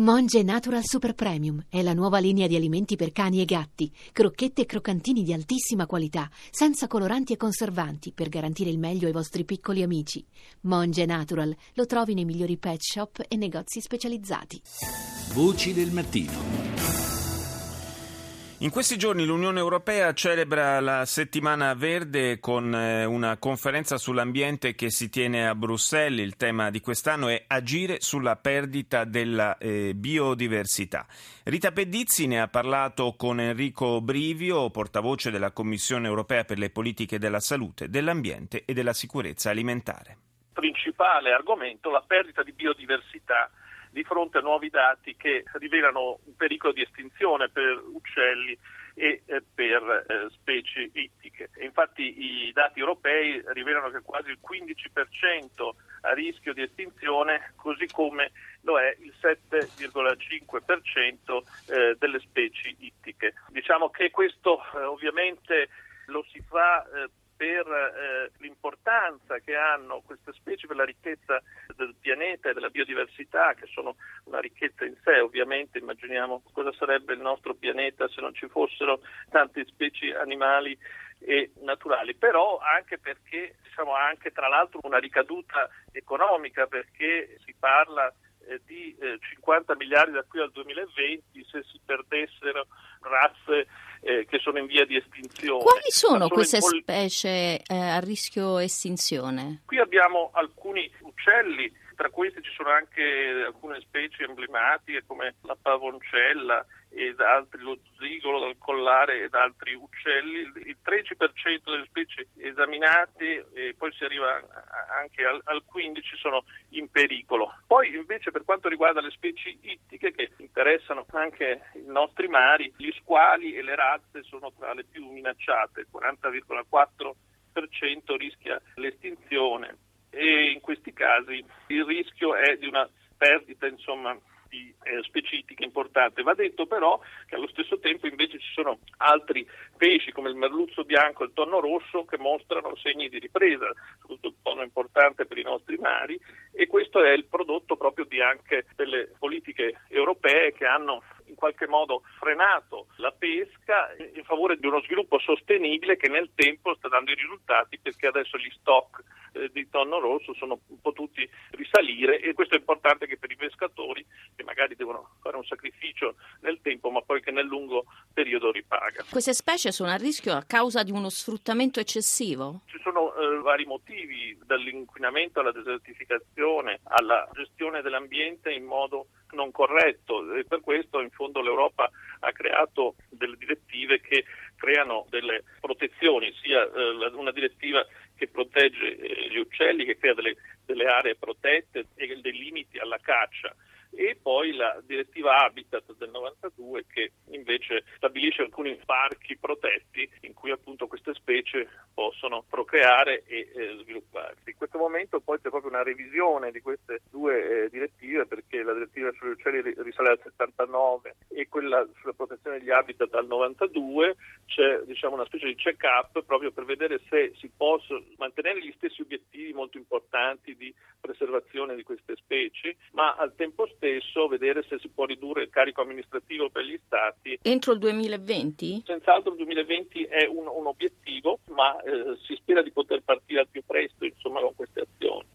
Monge Natural Super Premium è la nuova linea di alimenti per cani e gatti, crocchette e croccantini di altissima qualità, senza coloranti e conservanti, per garantire il meglio ai vostri piccoli amici. Monge Natural lo trovi nei migliori pet shop e negozi specializzati. Voci del mattino. In questi giorni l'Unione Europea celebra la Settimana Verde con una conferenza sull'ambiente che si tiene a Bruxelles. Il tema di quest'anno è agire sulla perdita della biodiversità. Rita Pedizzi ne ha parlato con Enrico Brivio, portavoce della Commissione Europea per le politiche della salute, dell'ambiente e della sicurezza alimentare. Principale argomento, la perdita di biodiversità di fronte a nuovi dati che rivelano un pericolo di estinzione per uccelli e per specie ittiche. E infatti i dati europei rivelano che quasi il 15% a rischio di estinzione, così come lo è il 7,5% delle specie ittiche. Diciamo che questo ovviamente lo si fa per l'importanza che hanno queste specie per la ricchezza del pianeta e della biodiversità, che sono una ricchezza in sé. Ovviamente immaginiamo cosa sarebbe il nostro pianeta se non ci fossero tante specie animali e naturali, però anche perché ha anche tra l'altro una ricaduta economica, perché si parla di 50 miliardi da qui al 2020 se si perdessero razze che sono in via di estinzione. Quali sono queste specie a rischio estinzione? Qui abbiamo alcuni uccelli, tra questi ci sono anche alcune specie emblematiche come la pavoncella ed altri, lo zigolo dal collare ed altri uccelli. Il 13% delle specie esaminate, e poi si arriva anche al 15%, sono in pericolo. Poi invece per quanto riguarda le specie ittiche che interessano anche i nostri mari, gli squali e le razze sono tra le più minacciate, il 40,4% rischia l'estinzione. E in questi casi il rischio è di una perdita di specie ittiche importante. Va detto però che allo stesso tempo invece ci sono altri pesci come il merluzzo bianco e il tonno rosso che mostrano segni di ripresa, soprattutto il tonno importante per i nostri mari, e questo è il prodotto proprio di anche delle politiche europee che hanno in qualche modo frenato la pesca in favore di uno sviluppo sostenibile che nel tempo sta dando i risultati, perché adesso gli stock di tonno rosso sono potuti risalire, e questo è importante anche per i pescatori che magari devono fare un sacrificio nel tempo ma poi che nel lungo periodo ripaga. Queste specie sono a rischio a causa di uno sfruttamento eccessivo? Ci sono vari motivi, dall'inquinamento alla desertificazione alla gestione dell'ambiente in modo non corretto, e per questo in fondo l'Europa ha creato delle direttive che creano delle protezioni, sia una direttiva che protegge gli uccelli, che crea delle aree protette e dei limiti alla caccia, e poi la direttiva Habitat del 92 che invece stabilisce alcuni parchi protetti in cui appunto queste specie possono procreare e svilupparsi. In questo momento poi c'è proprio una revisione di queste due direttive, perché la direttiva sugli uccelli risale al 79 e quella sulla protezione degli habitat al 92. C'è una specie di check-up proprio per vedere se si possono mantenere gli stessi obiettivi molto importanti di preservazione di queste specie, ma al tempo stesso vedere se si può ridurre il carico amministrativo per gli stati. Entro il 2020? Senz'altro il 2020 è un obiettivo, ma si spera di poter partire al più presto con queste azioni.